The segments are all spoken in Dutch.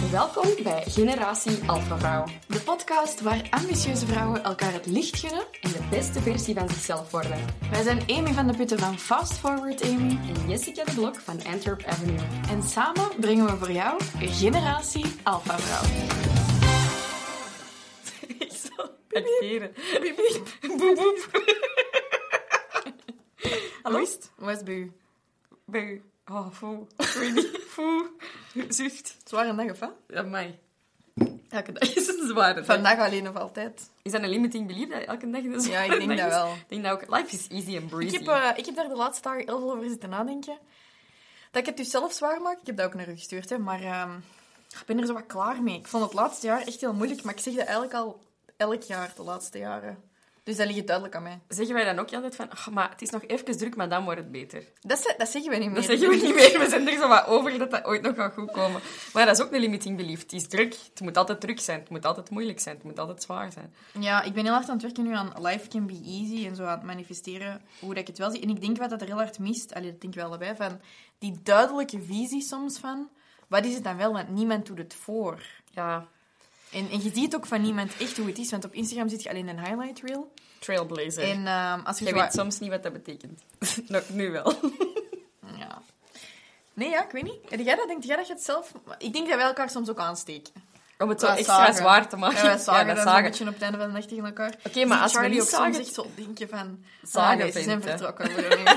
Welkom bij Generatie Alpha Vrouw. De podcast waar ambitieuze vrouwen elkaar het licht gunnen En de beste versie van zichzelf worden. Wij zijn Amy van de Putten van Fast Forward Amy En Jessica de Blok van Antwerp Avenue. en samen brengen we voor jou Generatie Alpha Vrouw. Ik zal acteren. Boep, boep. Hallo? Hoe is het? Hoe is het bij u? Bij u. Oh, foe. Ik weet niet. Foe. Zucht. Zware dag of wat? Amai. Elke dag is een zware dag. Vandaag alleen of altijd? Is dat een limiting belief dat elke dag een zware Ja, ik denk dag dat is? wel. Ik denk dat ook. Life is easy and breezy. Ik heb daar de laatste dagen heel veel over zitten nadenken. Dat ik het dus zelf zwaar maak. Ik heb dat ook naar u gestuurd, hè. Maar ik ben er zo wat klaar mee. Ik vond het laatste jaar echt heel moeilijk. Maar ik zeg dat eigenlijk al elk jaar de laatste jaren. Dus dat ligt duidelijk aan mij. Zeggen wij dan ook altijd van... "Ach, maar het is nog even druk, maar dan wordt het beter." Dat zeggen we niet meer. Dat zeggen we niet meer. We zijn er zo wat over dat dat ooit nog gaat goed komen. Maar dat is ook een limiting belief. Het is druk. Het moet altijd druk zijn. Het moet altijd moeilijk zijn. Het moet altijd zwaar zijn. Ja, ik ben heel hard aan het werken nu aan life can be easy en zo aan het manifesteren hoe dat ik het wel zie. En ik denk wat dat er heel hard mist, dat denk ik wel allebei, van die duidelijke visie soms van, wat is het dan wel, want niemand doet het voor. Ja. En je ziet ook van niemand echt hoe het is, want op Instagram zit je alleen een highlight reel. Trailblazer. En als je Je zo weet soms niet wat dat betekent. Nog nu wel. Ja. Nee, ja, ik weet niet. Denk jij dat je het zelf... Ik denk dat wij elkaar soms ook aansteken. Om het zo Wij extra zagen. zwaar te maken. Ja, wij zagen dat dan zo'n beetje op het einde van de dag tegen elkaar. Oké, maar als we Charlie niet ook soms zagen... echt zo denken van... Zagen nee, ze zijn vindt, hè. vertrokken.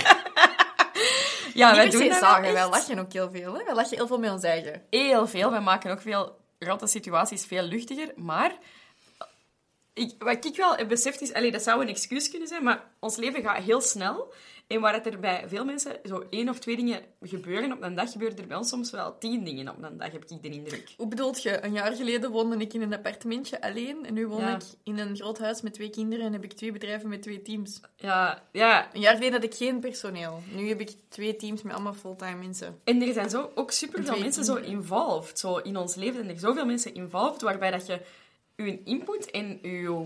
Ja, wij Niet per doen se dat zagen, wel wij echt. lachen ook heel veel. Hè? Wij lachen heel veel met ons eigen. Heel veel. Wij maken ook veel rotte situaties veel luchtiger. Maar... Wat ik wel heb beseft is... Dat zou een excuus kunnen zijn, maar ons leven gaat heel snel. En waar het er bij veel mensen zo 1 of 2 dingen gebeuren op een dag, gebeuren er bij ons soms wel 10 dingen op een dag, heb ik de indruk. Hoe bedoelt je? Een jaar geleden woonde ik in een appartementje alleen. En nu woon Ja. ik in een groot huis met 2 kinderen. En heb ik 2 bedrijven met 2 teams. Ja. Een jaar geleden had ik geen personeel. Nu heb ik 2 teams met allemaal fulltime mensen. En er zijn zo ook superveel Twee mensen zo kinderen. involved. Zo in ons leven zijn er zoveel mensen involved, waarbij dat je je input en je...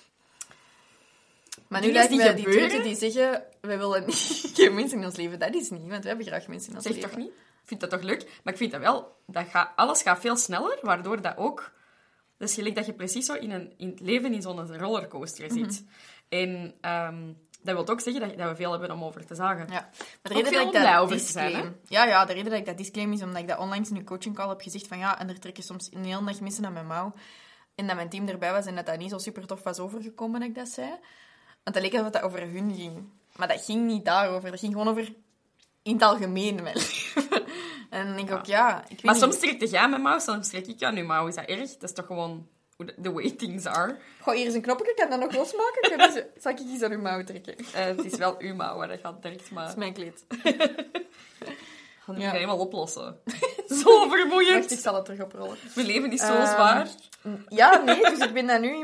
Maar nu Dingen lijkt die mij die gebeuren? Twitter die zeggen... Wij willen geen mensen in ons leven. Dat is niet, want we hebben graag mensen in ons Zeg leven. toch niet? Ik vind dat toch leuk? Maar ik vind dat wel... Alles gaat veel sneller, waardoor dat ook... Dus gelijk dat je precies zo in het leven in zo'n rollercoaster zit. En dat wil ook zeggen dat we veel hebben om over te zagen. Ja. Maar Ook veel om blij over te zijn, hè? Ja, de reden dat ik dat disclaim is omdat ik dat onlangs in een coachingcall heb gezegd van ja, en er trekken soms een hele dag mensen aan mijn mouw. En dat mijn team erbij was en dat niet zo super tof was overgekomen dat ik dat zei. Want het leek alsof dat over hun ging. Maar dat ging niet daarover. Dat ging gewoon over in het algemeen mijn leven. En dan denk ik ook, ik weet Maar niet. soms trek jij mijn mouw, soms trek ik aan uw mouw. Is dat erg? Dat is toch gewoon the way things are. Goh, hier is een knopje, ik kan dat nog losmaken. Zal ik iets aan uw mouw trekken? Het is wel uw mouw waar dat gaat direct, maar... Dat is mijn kleed. Gaan we Ja. helemaal oplossen. Zo vermoeiend. Wacht, ik zal het terug oprollen. Mijn leven is zo zwaar. Ja, nee, dus ik ben dat nu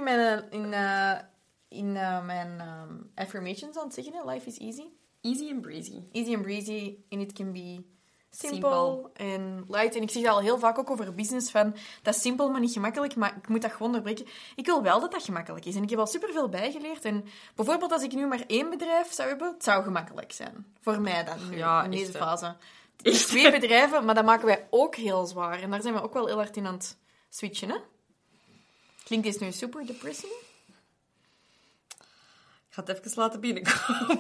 in mijn affirmations aan het zeggen. Hè. Life is easy. Easy and breezy. Easy and breezy. And it can be simple Simpel. en light. En ik zeg dat al heel vaak ook over business. Van, dat is simpel, maar niet gemakkelijk. Maar ik moet dat gewoon doorbreken. Ik wil wel dat dat gemakkelijk is. En ik heb al superveel bijgeleerd. En bijvoorbeeld als ik nu maar 1 bedrijf zou hebben, het zou gemakkelijk zijn. Voor mij dan, nu, Ja, in echt, deze hè. fase. 2 bedrijven, maar dat maken wij ook heel zwaar. En daar zijn we ook wel heel hard in aan het switchen, hè? Klinkt dit nu super depressing? Ik ga het even laten binnenkomen.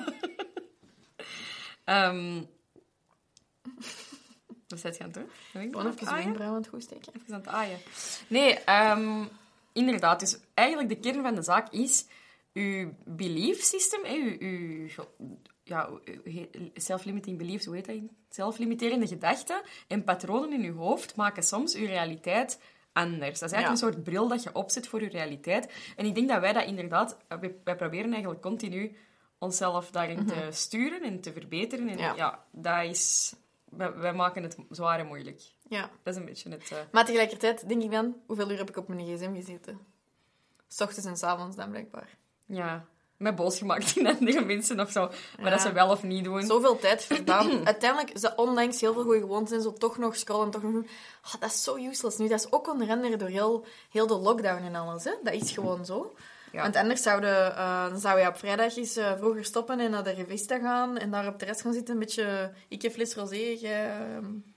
Wat zit je aan het doen? Gewoon even je wenkbrauw aan het goed steken. Even aan het aaien. Nee, inderdaad. Dus eigenlijk de kern van de zaak is... Uw belief system, uw self-limiting beliefs, hoe heet dat? Zelflimiterende gedachten en patronen in uw hoofd maken soms uw realiteit anders. Dat is eigenlijk een soort bril dat je opzet voor je realiteit. En ik denk dat wij dat inderdaad... Wij proberen eigenlijk continu onszelf daarin te sturen en te verbeteren. En dat is... Wij maken het zwaar en moeilijk. Ja. Dat is een beetje het... Maar tegelijkertijd denk ik dan, hoeveel uur heb ik op mijn gsm gezeten? 's Ochtends en 's avonds dan blijkbaar. Ja, met boos gemaakt in andere mensen of zo. Maar dat ze wel of niet doen. Zoveel tijd verdaan. Uiteindelijk, ze ondanks heel veel goede gewoontes en zo toch nog scrollen, toch nog doen. Dat is zo useless nu. Dat is ook onder andere door heel de lockdown en alles. Hè? Dat is gewoon zo. Ja. Want anders zou je op vrijdag eens vroeger stoppen en naar de revista gaan en daar op de rest gaan zitten. Een beetje, ik heb fles rosé,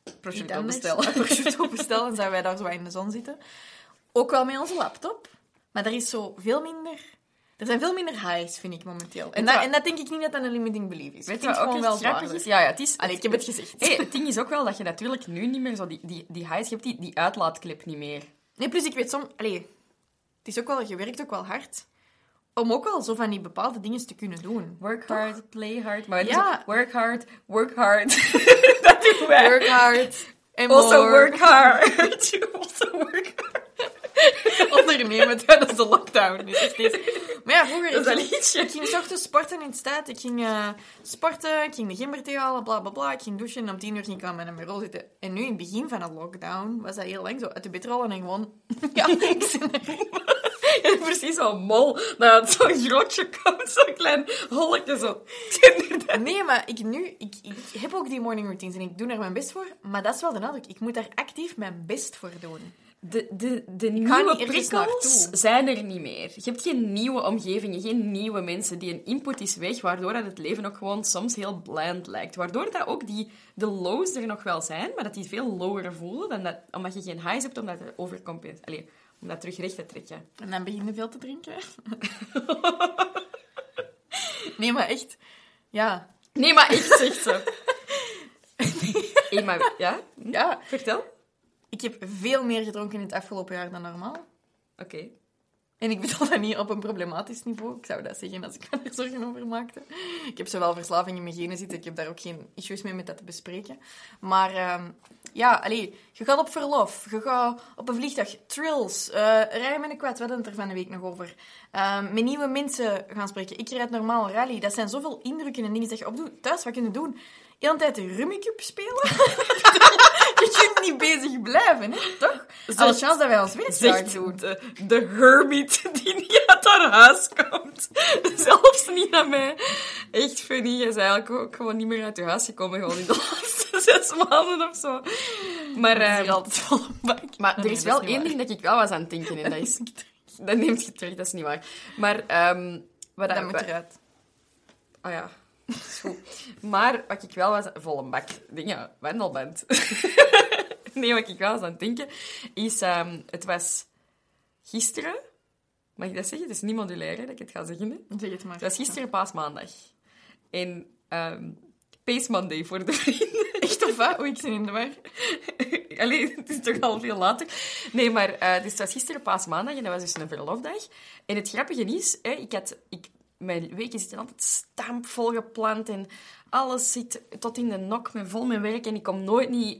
prosciutto bestellen. Prosciutto bestellen en zouden wij daar zo in de zon zitten. Ook wel met onze laptop. Maar er is zo veel minder... Er zijn veel minder highs, vind ik, momenteel. En dat denk ik niet dat dat een limiting belief is. Weet je wat ook echt grappig is? Ja, het is... Allee, ik heb het gezegd. Hey, het ding is ook wel dat je natuurlijk nu niet meer zo die highs... Je hebt die uitlaatklep niet meer. Nee, plus ik weet soms... Allee, het is ook wel... Je werkt ook wel hard... Om ook wel zo van die bepaalde dingen te kunnen doen. Work hard, play hard. Maar ja. Work hard. Dat doen wij. Work hard. And also more. work hard. Also work hard. Ondernemen tijdens de lockdown. Dus maar ja, vroeger... Dat is een liedje. Ik ging 's ochtends sporten in de stad. Ik ging sporten. Ik ging de gemberthee halen. Bla, bla, bla. Ik ging douchen. En om 10 uur ging ik aan mijn bureau zitten. En nu, in het begin van de lockdown, was dat heel lang zo uit de bed rollen en gewoon... Ja, ik zit En precies zo'n mol. Dat het zo'n grootje komt. Zo'n klein holletje zo. Nee, maar ik heb ook die morning routines en ik doe er mijn best voor. Maar dat is wel de nadruk. Ik moet daar actief mijn best voor doen. De nieuwe prikkels zijn er niet meer. Je hebt geen nieuwe omgevingen, geen nieuwe mensen. Die een input is weg, waardoor dat het leven ook gewoon soms heel bland lijkt. Waardoor dat ook de lows er nog wel zijn, maar dat die veel lower voelen, dan dat, omdat je geen highs hebt om dat om dat terug recht te trekken. En dan begin je veel te drinken. Nee, maar echt. Ja. Nee, maar echt, zegt ze. Hey, maar, ja? Ja. Vertel. Ik heb veel meer gedronken in het afgelopen jaar dan normaal. Oké. En ik bedoel dat niet op een problematisch niveau. Ik zou dat zeggen als ik me er zorgen over maakte. Ik heb zowel verslaving in mijn genen zitten. Ik heb daar ook geen issues mee met dat te bespreken. Maar je gaat op verlof. Je gaat op een vliegtuig. Trills. Rijden met een kwad. We hadden het er van de week nog over. Met nieuwe mensen gaan spreken. Ik rijd normaal rally. Dat zijn zoveel indrukken en dingen dat je opdoet. Thuis, wat kun je doen? De hele tijd de Rummy Cup spelen? Je kunt niet bezig blijven, hè? Toch? Alle chance dat wij ons weesdag doen. De hermit die niet uit haar huis komt. Zelfs niet naar mij. Echt funny. Je is eigenlijk ook gewoon niet meer uit je huis gekomen. Gewoon in de laatste 6 maanden of zo. Maar, dat is altijd volle bak. Maar er is wel één ding dat ik wel was aan het denken. En dat is... Dat neemt je terug, dat is niet waar. Maar... dat moet eruit. Ah ja. Is goed. Maar wat ik wel was... Volle bak. Dingen, wandelband. Nee, wat ik wel was aan het denken, is... het was gisteren... Mag ik dat zeggen? Het is niet modulair, hè, dat ik het ga zeggen. Hè? Zeg het maar. Het was gisteren paasmaandag. En... Pace Monday voor de vrienden. Echt of wat? Oei, ik ben in de war. Allee, het is toch al veel later. Nee, maar dus het was gisteren paasmaandag en dat was dus een verlofdag. En het grappige is, mijn weken zitten altijd stampvol gepland en alles zit tot in de nok vol met werk en ik kom nooit niet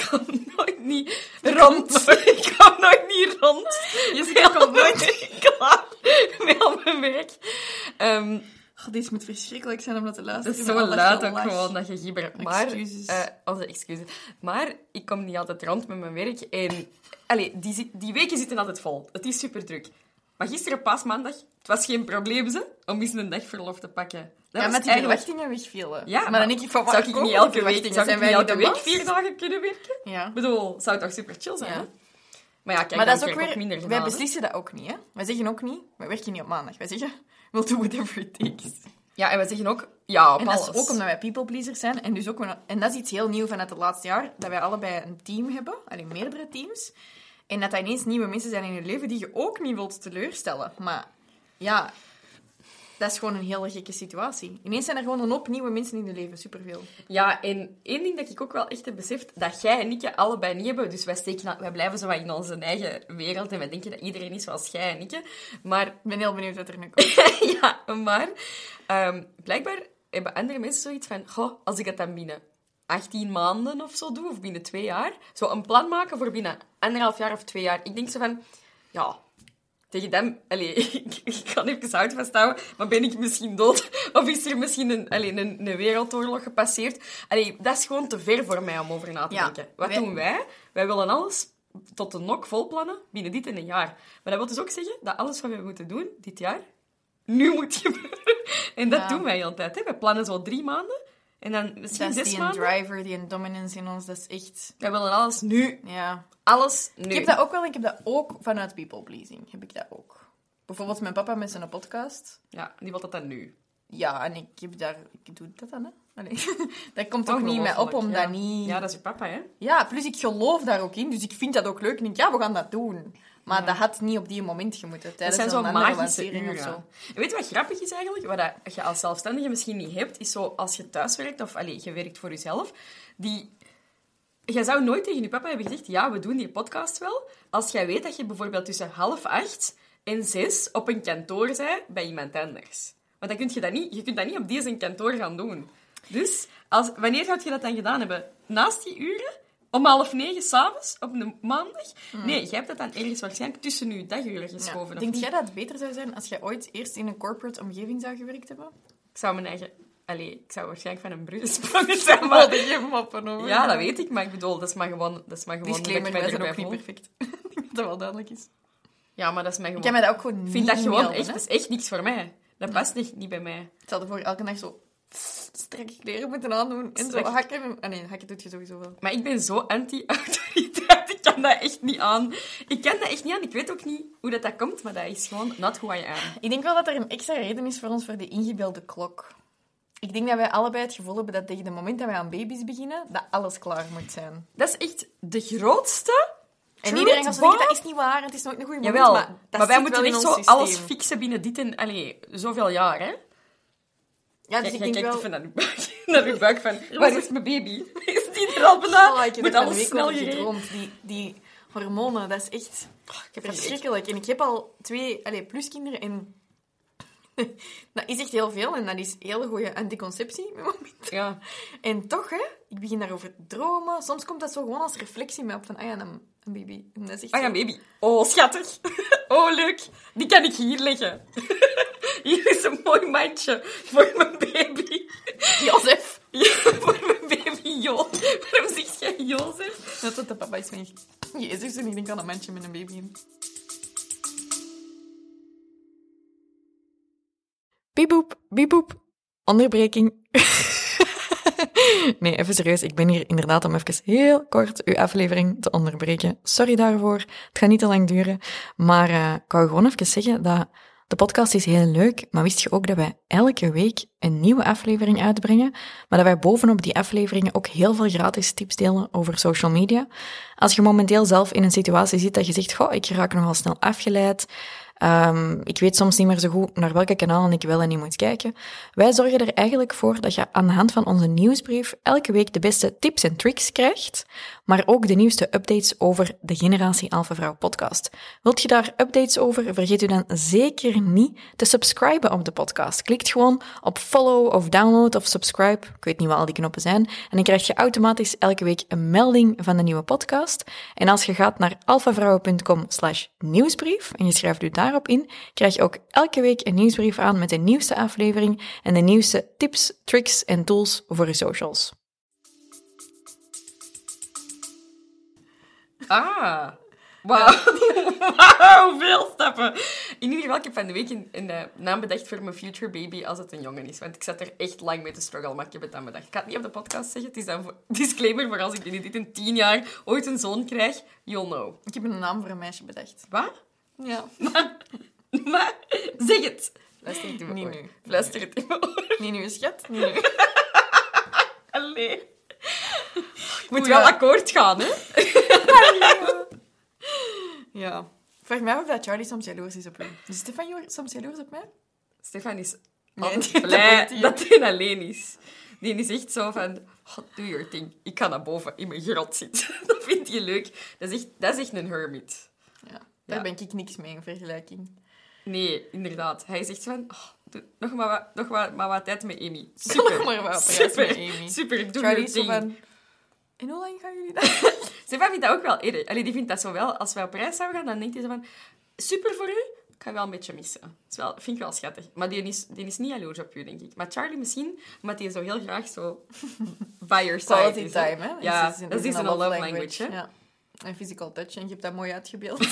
rond. Ik kom nooit niet rond. Je komt nooit klaar met al mijn werk. Dit moet verschrikkelijk zijn om dat te luisteren. Het is zo luid ook gewoon dat je gibbert. Maar, excuses. Onze excuses. Maar ik kom niet altijd rond met mijn werk. En die weken zitten altijd vol. Het is super druk. Maar gisteren paasmaandag, het was geen probleem om eens een dag verlof te pakken. Dat met die verwachtingen wegvielen. Ja, maar dan denk ik van... Zou ik niet elke week 4 dagen kunnen werken? Ja. Ik bedoel, zou het toch super chill zijn, ja. Hè? Maar ja, kijk, maar dan dat is ook weer... minder gedaan, wij beslissen dat ook niet, hè. Wij zeggen ook niet... Wij werken niet op maandag. Wij zeggen... We'll do whatever it takes. Ja, en we zeggen ook... Ja, op en dat alles. is ook omdat wij people pleasers zijn. En, dus ook, en dat is iets heel nieuw vanuit het laatste jaar. Dat wij allebei een team hebben. Alleen meerdere teams. En dat ineens nieuwe mensen zijn in je leven die je ook niet wilt teleurstellen. Maar ja... Dat is gewoon een hele gekke situatie. Ineens zijn er gewoon een hoop nieuwe mensen in je leven. Superveel. Ja, en één ding dat ik ook wel echt heb beseft, dat jij en ik allebei niet hebben. Dus wij blijven zo wat in onze eigen wereld en wij denken dat iedereen is zoals jij en ik. Maar... Ik ben heel benieuwd wat er nu komt. Ja, maar blijkbaar hebben andere mensen zoiets van... Goh, als ik het dan binnen 18 maanden of zo doe, of binnen 2 jaar, zo een plan maken voor binnen 1,5 jaar of 2 jaar. Ik denk zo van... Ja... Tegen them, ik kan even hout vasthouden, maar ben ik misschien dood? Of is er misschien een wereldoorlog gepasseerd? Dat is gewoon te ver voor mij om over na te denken. Wat doen wij? Wij willen alles tot de nok vol plannen binnen dit en een jaar. Maar dat wil dus ook zeggen dat alles wat we moeten doen dit jaar, nu moet gebeuren. En dat doen wij altijd. Hè? We plannen zo 3 maanden. En dan misschien 6 maanden. Dat is die driver, die dominance in ons, dat is echt... Wij willen alles nu. Ja. Alles nu. Ik heb dat ook wel, ik heb dat ook vanuit people pleasing. Heb ik dat ook. Bijvoorbeeld mijn papa met zijn podcast. Ja, die wil dat dan nu. Ja, en ik doe dat dan, hè. Allee, dat komt ook niet Ongelooflijk, mee op om dat niet... Ja, dat is je papa, hè? Ja, plus ik geloof daar ook in, dus ik vind dat ook leuk. En ik denk, ja, we gaan dat doen. Maar dat had niet op die moment gemoeten. Dat Tijdens zijn een zo andere magische lancering of uren. zo. En weet je wat grappig is eigenlijk? Wat je als zelfstandige misschien niet hebt, is zo als je thuis werkt, of je werkt voor jezelf, jij zou nooit tegen je papa hebben gezegd, ja, we doen die podcast wel, als jij weet dat je bijvoorbeeld tussen 7:30 en 6 op een kantoor bent bij iemand anders. Want dan kun je dat niet, je kunt dat niet op deze kantoor gaan doen. Dus, wanneer zou je dat dan gedaan hebben? Naast die uren? Om 8:30 s'avonds op een maandag? Nee, jij hebt dat dan ergens waarschijnlijk tussen je daguren geschoven. Ja. Denk jij dat het beter zou zijn als jij ooit eerst in een corporate omgeving zou gewerkt hebben? Ik zou mijn eigen... ik zou waarschijnlijk van een brug gesprongen zijn, maar... geen mappen over. Ja, dat weet ik, maar ik bedoel, dat is maar gewoon... Disclaimer, dat wij ik mij zijn ook erbij niet voel. perfect. Ik denk dat dat wel duidelijk is. Ja, maar dat is mij gewoon... Ik kan mij dat ook gewoon Ik niet vind dat gewoon inbeelden, echt... hè. Dat is echt niks voor mij. Dat past niet bij mij. Ik zou ervoor elke dag zo strakke kleren moeten aandoen. En zo hakken. Hakken doet je sowieso wel. Maar ik ben zo anti-autoriteit. Ik kan dat echt niet aan. Ik weet ook niet hoe dat komt, maar dat is gewoon not who I am. Ik denk wel dat er een extra reden is voor ons voor de ingebeelde klok. Ik denk dat wij allebei het gevoel hebben dat tegen het moment dat wij aan baby's beginnen, dat alles klaar moet zijn. Dat is echt de grootste... En iedereen gaat zo zeggen, dat is niet waar, het is nooit een goede moment. Jawel, maar wij zit moeten wel echt in zo ons alles systeem. fixen binnen dit en... zoveel jaar, hè? Ja, dus Jij ik denk kijkt wel... even naar uw buik van... Waar is mijn baby? Is die er al bijna? Oh, ik heb Moet er een alles week snel over gereden? gedroomd. Die hormonen, dat is echt Ik heb een week. verschrikkelijk. En ik heb al 2 pluskinderen en... dat is echt heel veel en dat is hele goede anticonceptie op het moment. Ja. En toch, hè, ik begin daarover te dromen. Soms komt dat zo gewoon als reflectie mee op van, een baby. En dat is echt Ah ja, zo... baby. Oh, schattig. Oh, leuk. Die kan ik hier leggen. Hier is een mooi mandje voor mijn baby. Jozef. Ja, voor mijn baby Jo. Waarom zeg jij Jozef? Dat is de papa is van Jezus en ik denk aan een mandje met een baby in. Bieboep, bieboep. Onderbreking. Nee, even serieus. Ik ben hier inderdaad om even heel kort uw aflevering te onderbreken. Sorry daarvoor. Het gaat niet te lang duren. Maar ik wou gewoon even zeggen dat de podcast is heel leuk, maar wist je ook dat wij elke week een nieuwe aflevering uitbrengen, maar dat wij bovenop die afleveringen ook heel veel gratis tips delen over social media? Als je momenteel zelf in een situatie zit dat je zegt, goh, ik raak nogal snel afgeleid, ik weet soms niet meer zo goed naar welke kanalen ik wel en niet moet kijken. Wij zorgen er eigenlijk voor dat je aan de hand van onze nieuwsbrief elke week de beste tips en tricks krijgt, maar ook de nieuwste updates over de Generatie Alpha Vrouw podcast. Wilt je daar updates over? Vergeet u dan zeker niet te subscriben op de podcast. Klikt gewoon op follow of download of subscribe. Ik weet niet wat al die knoppen zijn. En dan krijg je automatisch elke week een melding van de nieuwe podcast. En als je gaat naar alphavrouwen.com/nieuwsbrief en je schrijft u daarop in, krijg je ook elke week een nieuwsbrief aan met de nieuwste aflevering en de nieuwste tips, tricks en tools voor je socials. Ah. Wauw. Wauw, veel stappen. In ieder geval, ik heb van de week een naam bedacht voor mijn future baby als het een jongen is. Want ik zat er echt lang mee te struggelen, maar ik heb het dan bedacht. Ik ga het niet op de podcast zeggen. Het is dan disclaimer voor als ik dit in 10 jaar ooit een zoon krijg. You'll know. Ik heb een naam voor een meisje bedacht. Wat? Ja. Maar zeg het. Fluister het in mijn oor. Fluister het in mijn oor. Niet nu, schat. Niet nu. Allee. Ik moet wel akkoord gaan, hè? Ja. Ik vraag me af of dat Charlie soms jaloers is op u. Is Stefan soms jaloers op mij? Stefan is Nee, altijd dat blij weet hij, dat hij alleen is. Die is echt zo van... Oh, do your thing. Ik ga naar boven in mijn grot zitten. Dat vindt hij leuk. Dat is echt een hermit. Ja. Daar ben ik niks mee in vergelijking. Nee, inderdaad. Hij zegt van... Oh, doe nog maar wat tijd met Amy. Super. Nog maar wat prijs met Amy. Super, doe Charlie your is zo thing. van... En hoe lang gaan jullie dat? Stefan vindt dat ook wel eerder. Allee, die vindt dat zo wel. Als wij op reis zouden gaan, dan denkt hij zo van... Super voor u. Ik ga wel een beetje missen. Dat vind ik wel schattig. Maar die is niet jaloers op u, denk ik. Maar Charlie misschien, omdat hij zo heel graag zo... by your side Quality is. time, hè? Ja, dat is een love language, hè? Ja. En physical touch. En je hebt dat mooi uitgebeeld.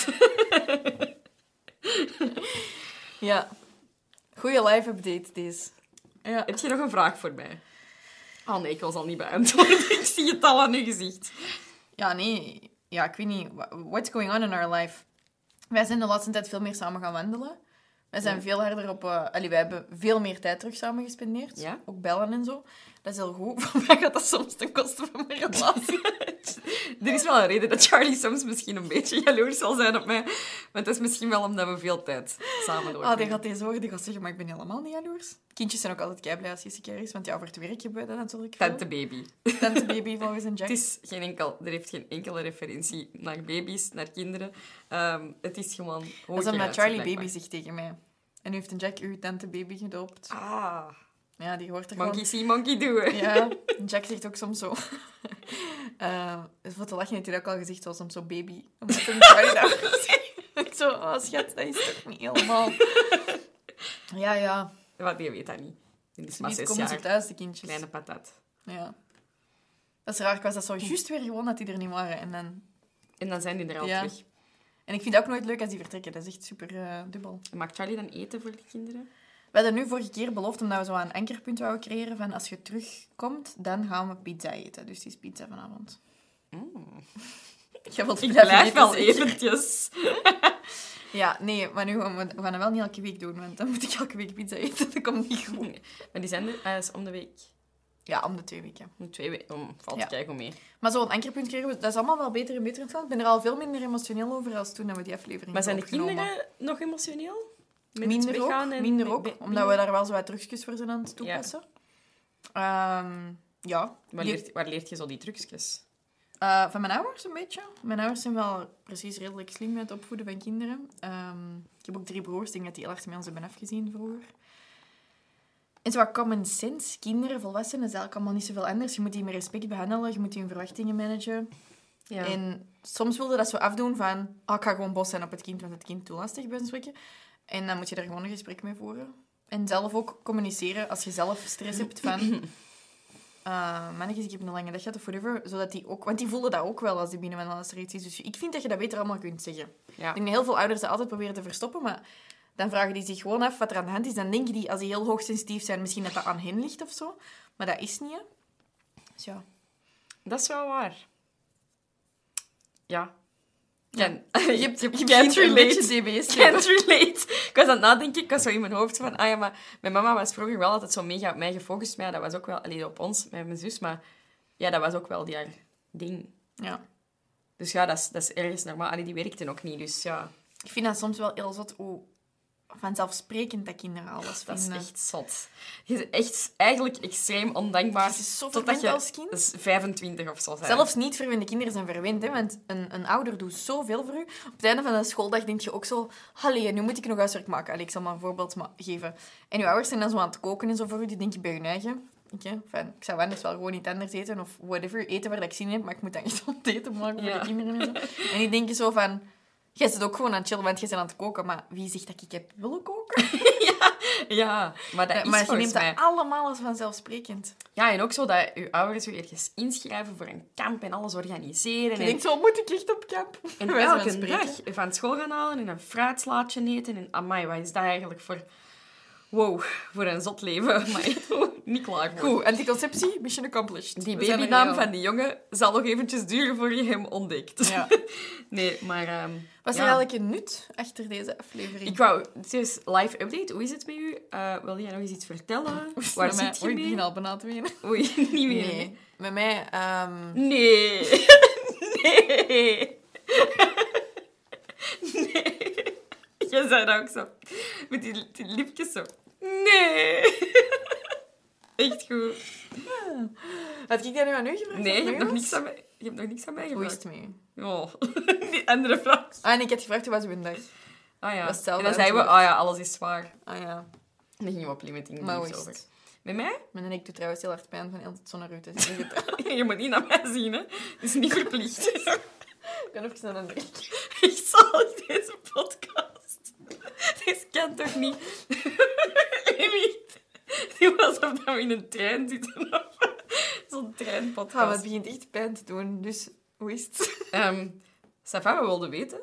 Ja. Goeie live update, deze. Ja. Heb je nog een vraag voor mij? Oh nee, ik was al niet beantwoorden. Ik zie het al aan uw gezicht. Ja, nee. Ja, ik weet niet. What's going on in our life? Wij zijn de laatste tijd veel meer samen gaan wandelen. Wij zijn veel harder op... wij hebben veel meer tijd terug samen gespendeerd. Ja? Ook bellen en zo. Dat is heel goed. Voor mij gaat dat soms ten koste van mijn relatie. Er is wel een reden dat Charlie soms misschien een beetje jaloers zal zijn op mij. Want dat is misschien wel omdat we veel tijd samen doorbrengen. Die gaat deze horen, die gaat zeggen, maar ik ben helemaal niet jaloers. Kindjes zijn ook altijd keiblij als Jessica er is, want ja, voor het werk hebben we dat natuurlijk veel. Tante baby. Tante baby volgens een Jack. Er heeft geen enkele referentie naar baby's, naar kinderen. Het is gewoon... Dat is omdat Charlie baby zegt tegen mij. En nu heeft een Jack uw tante baby gedoopt. Ah. Ja, die hoort er Monkey see, monkey do. Ja, Jack zegt ook soms zo... voor te lachen heeft hij dat ook al gezegd, zoals soms zo baby. Omdat hij Charlie dat ik zo, oh schat, dat is toch niet helemaal... Ja. Wat, die weet dat niet. Die is maar Niet 6 komen ze jaar. thuis, de kindjes. Kleine patat. Ja. Dat is raar, ik was dat zo juist weer gewoon dat die er niet waren. En dan zijn die er al Ja. terug. En ik vind het ook nooit leuk als die vertrekken. Dat is echt super dubbel. En maakt Charlie dan eten voor de kinderen? We hadden nu vorige keer beloofd, omdat we zo een ankerpunt wouden creëren, van als je terugkomt, dan gaan we pizza eten. Dus het is pizza vanavond. Je wilt Ik blijven blijf eten, wel zeker? eventjes. Ja, nee, maar nu gaan we dat wel niet elke week doen, want dan moet ik elke week pizza eten. Dat komt niet goed. Maar die zijn er is om de week. Ja, om de 2 weken. Om 2 weken. Valt Ja. keigoed mee. Maar zo'n ankerpunt creëren, dat is allemaal wel beter en beter in het land. Ik ben er al veel minder emotioneel over als toen dat we die aflevering Maar zijn de hebben opgenomen. kinderen nog emotioneel? Met het Minder weggaan en minder met- ook, met- omdat we daar wel zo wat trucjes voor zijn aan het toepassen. Ja. Waar leert je zo die trucjes? Van mijn ouders een beetje. Mijn ouders zijn wel precies redelijk slim met het opvoeden van kinderen. Ik heb ook 3 broers, ik denk dat die heel erg met ons hebben afgezien vroeger. En zo wat common sense, kinderen, volwassenen, dat is eigenlijk allemaal niet zoveel anders. Je moet die met respect behandelen, je moet die hun verwachtingen managen. Ja. En soms wilde dat zo afdoen van, ik ga gewoon boos zijn op het kind, want het kind te lastig bij spreken. En dan moet je er gewoon een gesprek mee voeren. En zelf ook communiceren als je zelf stress hebt van... mannetjes, ik heb een lange dag gehad of whatever. Zodat die ook... Want die voelen dat ook wel als die binnenwandelen als er iets is. Dus ik vind dat je dat beter allemaal kunt zeggen. Ja. Ik denk dat heel veel ouders dat altijd proberen te verstoppen, maar dan vragen die zich gewoon af wat er aan de hand is. Dan denken die, als die heel hoogsensitief zijn, misschien dat dat aan hen ligt of zo. Maar dat is niet, hè. Dus ja. Dat is wel waar. Ja. Je Can't begint een beetje relate. DBS te Can't relate. Ik was aan het nadenken, ik was zo in mijn hoofd van... ja, maar mijn mama was vroeger wel altijd zo mega op mij gefocust. Maar ja, dat was ook wel... Allee, op ons, met mijn zus. Maar ja, dat was ook wel die haar ding. Ja. Dus ja, dat is ergens normaal. Allee, die werkte ook niet, dus ja... Ik vind dat soms wel heel zot hoe vanzelfsprekend dat kinderen alles Dat is vinden. echt zot. Je is echt eigenlijk extreem ondankbaar. Het is zo totdat verwend je als kind. dus 25 of zo bent. Zelfs niet verwende kinderen zijn verwend, hè, want een ouder doet zoveel voor u. Op het einde van de schooldag denk je ook zo... Allee, nu moet ik nog huiswerk maken. Allee, ik zal maar een voorbeeld geven. En uw ouders zijn dan zo aan het koken en zo voor u. Die denk je bij hun eigen... Ik zou anders wel gewoon iets anders eten of whatever. Eten waar ik zin in heb, maar ik moet dan echt aan het eten maken voor de kinderen en zo. En die denken zo van... Jij zit ook gewoon aan het chillen, want jij bent aan het koken. Maar wie zegt dat ik heb willen koken? Ja, maar dat is Maar je volgens neemt mij... dat allemaal als vanzelfsprekend. Ja, en ook zo dat je ouders je ergens inschrijven voor een kamp en alles organiseren. Je En, denkt zo, moet ik echt op kamp? en Bij wijze van elke spreken. dag van school gaan halen en een fruitslaatje eten. En amai, wat is dat eigenlijk voor... Wow, voor een zot leven. Maar niet klaar voor. Goed, anticonceptie, mission accomplished. Die We zijn er babynaam al. van die jongen zal nog eventjes duren voor je hem ontdekt. Ja. Nee, maar... Was er ja. eigenlijk een nut achter deze aflevering? Ik wou... Het is live update. Hoe is het met u? Wil jij nog eens iets vertellen? Waar zit je Ik mee? begin al bijna te wenen. Oei, niet meer. Nee, met mij... Nee. Nee. Nee. Jij zei dat ook zo. Met die lipjes zo. Nee. Echt goed. Had ik dat nu aan u gevraagd? Nee, Of je hebt nog jongens? niks aan mij, je hebt nog niks aan mij Hoe is gevraagd. het mee? Oh. Die andere vraag. Ah, en ik had gevraagd, hoe was uw dag? Ah ja. Dat is hetzelfde En dan zeiden we, antwoord. alles is zwaar. Ah ja. En dan gingen we op limiting Maar hoe nieuws is over. het? Met mij? Mijn nek doet trouwens heel hard pijn van heel het zo naar u te zeggen. Je moet niet naar mij zien, hè. Het is niet verplicht. Ik kan even naar een drink. Echt zalig, deze podcast. Deze kan toch niet... Het was alsof we in een trein zitten. Of zo'n Ah, maar treinpodcast. het begint echt pijn te doen, dus hoe is het? Safa, we wilden weten.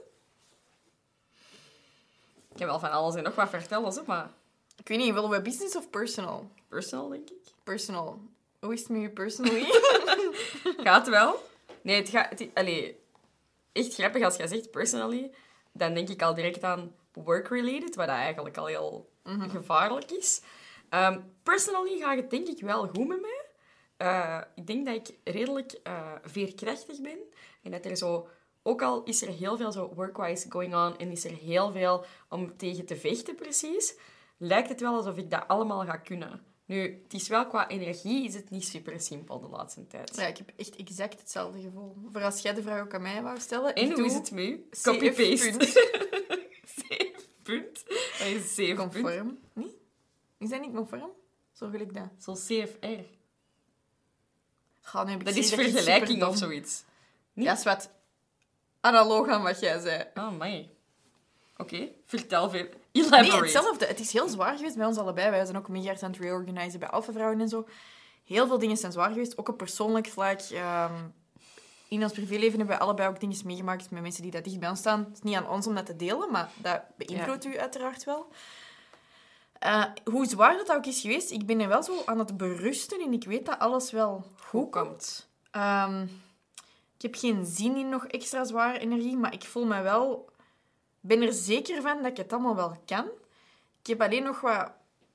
Ik heb wel van alles en nog wat vertellen, zo, maar... Ik weet niet, willen we business of personal? Personal, denk ik. Personal. Hoe is het met u personally? Gaat wel. Nee, het gaat... Allee, echt grappig als jij zegt personally, dan denk ik al direct aan work-related, wat dat eigenlijk al heel gevaarlijk is. Personally gaat het denk ik wel goed met mij. Ik denk dat ik redelijk veerkrachtig ben. En dat er zo... Ook al is er heel veel zo work-wise going on en is er heel veel om tegen te vechten precies, lijkt het wel alsof ik dat allemaal ga kunnen. Nu, het is wel qua energie is het niet super simpel de laatste tijd. Ja, ik heb echt exact hetzelfde gevoel. Voor als jij de vraag ook aan mij wou stellen... En hoe is het met u? Copy-paste. Save punt. Dat is save Conform. Niet? Is dat niet conform? Zo wil ik dat. Zo CFR. Nu heb ik Dat gezegd is ik vergelijking superdom- of zoiets. Ja, is wat analoog aan wat jij zei. Ah, amai. Oké, vertel veel. Elaborate. Nee, hetzelfde. Het is heel zwaar geweest bij ons allebei. Wij zijn ook mega hard aan het reorganizen bij Alpha Vrouwen en zo. Heel veel dingen zijn zwaar geweest. Ook op persoonlijk vlak. In ons privéleven hebben we allebei ook dingen meegemaakt met mensen die dat dicht bij ons staan. Het is niet aan ons om dat te delen, maar dat beïnvloedt u uiteraard wel. Hoe zwaar dat ook is geweest, ik ben er wel zo aan het berusten en ik weet dat alles wel goed komt. Ik heb geen zin in nog extra zware energie, maar ik voel me wel... ben er zeker van dat ik het allemaal wel kan. Ik heb alleen nog wat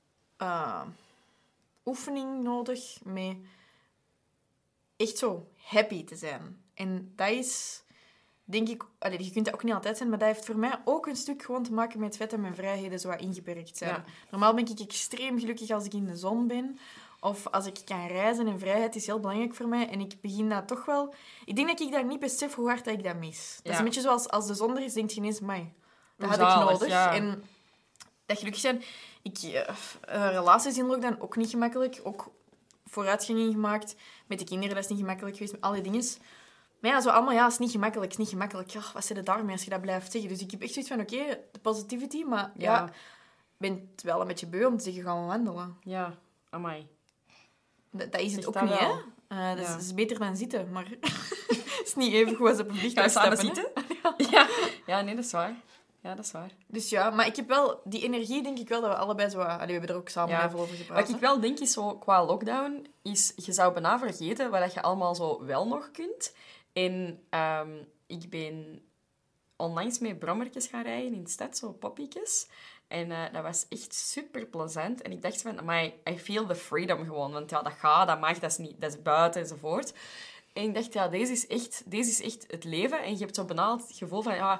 oefening nodig met echt zo happy te zijn. En dat is, denk ik... je kunt dat ook niet altijd zijn, maar dat heeft voor mij ook een stuk gewoon te maken met het feit dat mijn vrijheden zo wat ingeperkt zijn. Ja. Normaal ben ik extreem gelukkig als ik in de zon ben. Of als ik kan reizen. En vrijheid is heel belangrijk voor mij. En ik begin dat toch wel... Ik denk dat ik dat niet besef hoe hard dat ik dat mis. Dat is een beetje zoals als de zon er is, denk je ineens... Amai, dat had ik nodig. Ja. En dat gelukkig zijn... relaties in lockdown ook niet gemakkelijk. Ook vooruitgang gemaakt. Met de kinderen, dat is niet gemakkelijk geweest. Met al die dingen. Maar ja, zo allemaal... Ja, het is niet gemakkelijk. Het is niet gemakkelijk. Ja, wat zit er daarmee als je dat blijft zeggen? Dus ik heb echt zoiets van... Oké, de positivity. Maar ja, ik ben het wel een beetje beu om te zeggen... Gaan we wandelen. Ja, amai. Dat is het Zeg ook dat niet, wel. hè? Dat is beter dan zitten, maar het is niet even goed als op een Ga vliegtuig je samen stappen, zitten? Ja, nee, dat is waar. Ja, dat is waar. Dus ja, maar ik heb wel... Die energie denk ik wel dat we allebei zo... we hebben er ook samen even over gepraat. Wat ik wel denk is zo qua lockdown, is je zou bijna vergeten wat je allemaal zo wel nog kunt. En ik ben onlangs met brommertjes gaan rijden in de stad, zo poppietjes. En dat was echt super plezant. En ik dacht van, amai, I feel the freedom gewoon. Want ja, dat gaat, dat mag, dat is buiten enzovoort. En ik dacht, ja, deze is echt het leven. En je hebt zo bijna het gevoel van, ja,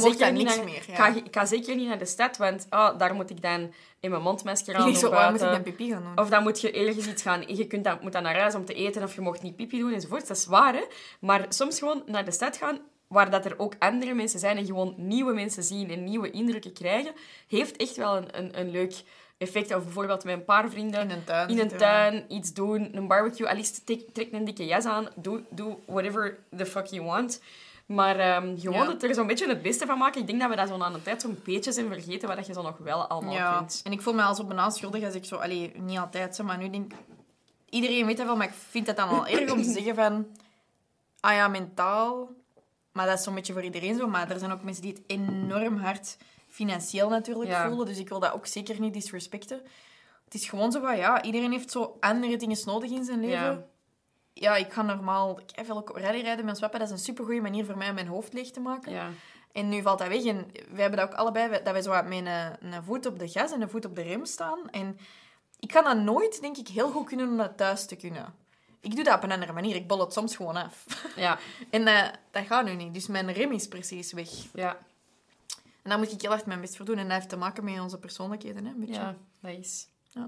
ik ga zeker niet naar de stad, want daar moet ik dan in mijn mondmasker aan doen waar moet ik dan pipi gaan doen? Of dan moet je ergens iets gaan... Je moet dan naar huis om te eten, of je mocht niet pipi doen, enzovoort. Dat is waar, hè. Maar soms gewoon naar de stad gaan, waar dat er ook andere mensen zijn en gewoon nieuwe mensen zien en nieuwe indrukken krijgen, heeft echt wel een leuk effect. Of bijvoorbeeld met een paar vrienden in een tuin iets doen, een barbecue. Al is trek een dikke jas aan, doe whatever the fuck you want. Maar gewoon het er zo'n beetje het beste van maken. Ik denk dat we dat zo aan een tijd zo'n beetje zijn vergeten wat je zo nog wel allemaal kunt. En ik voel me al zo bijna schuldig als ik zo... niet altijd, maar nu denk ik... Iedereen weet dat wel, maar ik vind het dan al erg om te zeggen van... Ah ja, mentaal... Maar dat is zo'n beetje voor iedereen zo. Maar er zijn ook mensen die het enorm hard financieel natuurlijk voelen. Dus ik wil dat ook zeker niet disrespecten. Het is gewoon zo van, ja, iedereen heeft zo andere dingen nodig in zijn leven. Ja, ik ga normaal... Ik heb ook rijden met ons papa. Dat is een supergoeie manier voor mij om mijn hoofd leeg te maken. Ja. En nu valt dat weg. En wij hebben dat ook allebei... Dat wij zo met een voet op de gas en een voet op de rem staan. En ik kan dat nooit, denk ik, heel goed kunnen om dat thuis te kunnen. Ik doe dat op een andere manier. Ik bol het soms gewoon af. Ja. En dat gaat nu niet. Dus mijn rem is precies weg. Ja. En daar moet ik heel hard mijn best voor doen. En dat heeft te maken met onze persoonlijkheden, hè, een beetje. Ja, dat is... Ja.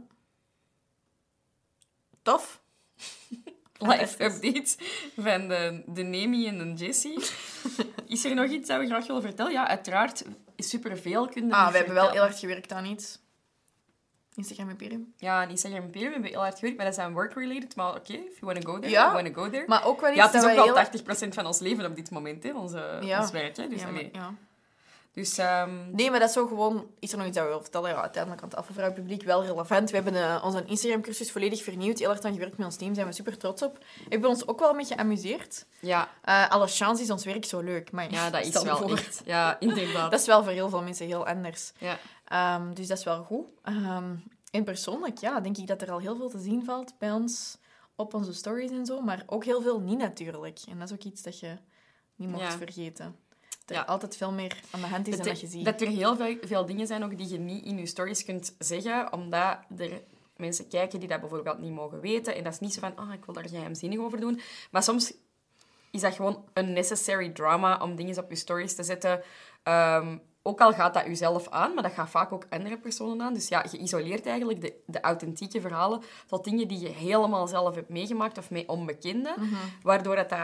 Tof. Live update van de Nemi en de Jessie. Is er nog iets dat we graag willen vertellen? Ja, uiteraard superveel kunnen we we hebben wel heel hard gewerkt aan iets. Instagram Imperium. Ja, en Instagram Imperium hebben we heel hard gewerkt, maar dat zijn work-related. Maar oké, if you want to go there, Ja, you want to go there. Maar ook wel iets ja, het is dat ook wij wel 80% van ons leven op dit moment, hè, ons werk. Hè, dus, dus, nee, maar dat is zo gewoon... Is er nog iets dat we willen vertellen? Ja, uiteindelijk aan het afvrouwpubliek wel relevant. We hebben onze Instagram-cursus volledig vernieuwd. Heel hard aan gewerkt met ons team. Daar zijn we super trots op. We hebben ons ook wel een beetje geamuseerd. Ja. Alle chance is ons werk zo leuk. Maar ja, dat is wel echt... Ja, inderdaad. Dat is wel voor heel veel mensen heel anders. Ja. Dus dat is wel goed. En persoonlijk, ja, denk ik dat er al heel veel te zien valt bij ons op onze stories en zo. Maar ook heel veel niet natuurlijk. En dat is ook iets dat je niet mocht vergeten. er altijd veel meer aan de hand is dan dat je ziet. Dat er heel veel dingen zijn ook die je niet in je stories kunt zeggen, omdat er mensen kijken die dat bijvoorbeeld niet mogen weten. En dat is niet zo van, ik wil daar geheimzinnig over doen. Maar soms is dat gewoon unnecessary drama om dingen op je stories te zetten. Ook al gaat dat jezelf aan, maar dat gaat vaak ook andere personen aan. Dus ja, je isoleert eigenlijk de authentieke verhalen tot dingen die je helemaal zelf hebt meegemaakt of met onbekenden. Waardoor dat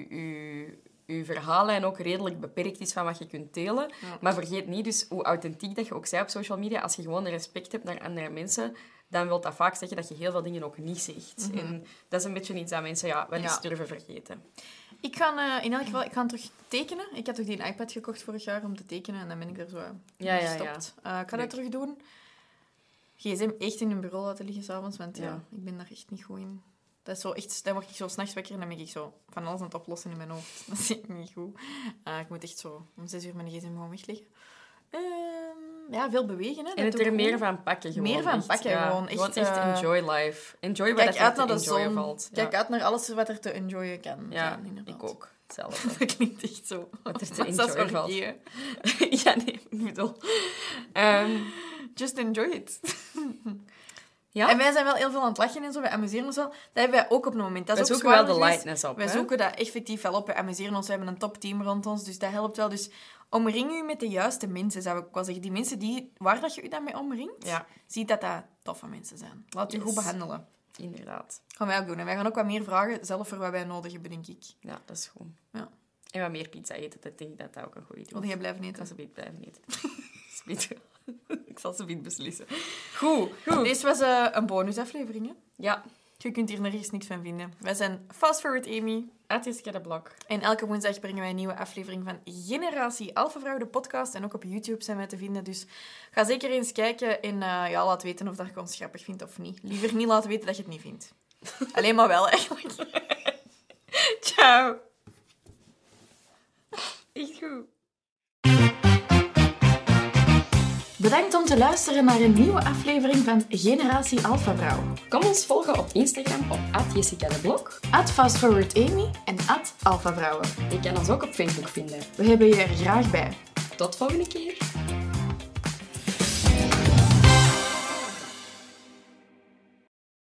je verhaallijn ook redelijk beperkt is van wat je kunt delen. Ja. Maar vergeet niet dus hoe authentiek dat je ook zei op social media. Als je gewoon respect hebt naar andere mensen, dan wil dat vaak zeggen dat je heel veel dingen ook niet zegt. En dat is een beetje iets dat mensen wel eens durven vergeten. Ik ga in elk geval terug tekenen. Ik had toch die iPad gekocht vorig jaar om te tekenen en dan ben ik er zo gestopt. Ik ga dat terug doen. GSM echt in een bureau laten liggen s'avonds, want ik ben daar echt niet goed in. Dat is zo echt, dan word ik zo 's nachts wakker en dan ben ik zo van alles aan het oplossen in mijn hoofd. Dat is niet goed. Ik moet echt zo om 6 uur mijn gsm gewoon wegleggen. Veel bewegen. Hè, en het er meer van pakken gewoon. Meer van pakken gewoon. Echt enjoy life. Enjoy wat er te enjoyen valt. Kijk uit naar alles wat er te enjoyen kan. Ja, ik ook. Hetzelfde. Dat klinkt echt zo. Wat er te enjoyen valt. Ja, nee, ik bedoel... Just enjoy it. Ja? En wij zijn wel heel veel aan het lachen en zo. Wij amuseren ons wel. Dat hebben wij ook op een moment. Dat is wij ook zoeken wel de lightness op. Wij zoeken dat effectief wel op. We amuseren ons. We hebben een topteam rond ons. Dus dat helpt wel. Dus omring je met de juiste mensen, zou ik wel zeggen. Die mensen waar dat je je dan mee omringt, zie dat toffe mensen zijn. Laat je goed behandelen. Inderdaad. Gaan wij ook doen. En wij gaan ook wat meer vragen, zelf voor wat wij nodig hebben, denk ik. Ja, dat is goed. Ja. En wat meer pizza eten, dat denk ik dat ook een goed idee is. Wil jij blijven eten? Ik zal ze blijven eten. Ik zal ze beslissen. Goed. Deze was een bonusaflevering, hè? Ja. Je kunt hier nergens niks van vinden. Wij zijn Fast Forward Amy. Jessica de Blok. En elke woensdag brengen wij een nieuwe aflevering van Generatie Alpha Vrouw, de podcast. En ook op YouTube zijn wij te vinden. Dus ga zeker eens kijken en laat weten of dat je ons grappig vindt of niet. Liever niet laten weten dat je het niet vindt. Alleen maar wel, eigenlijk. Ciao. Echt goed. Bedankt om te luisteren naar een nieuwe aflevering van Generatie Alpha Vrouw. Kom ons volgen op Instagram op @JessicaDeBlok, @FastForwardAmy en @AlphaVrouwen. Je kan ons ook op Facebook vinden. We hebben je er graag bij. Tot volgende keer.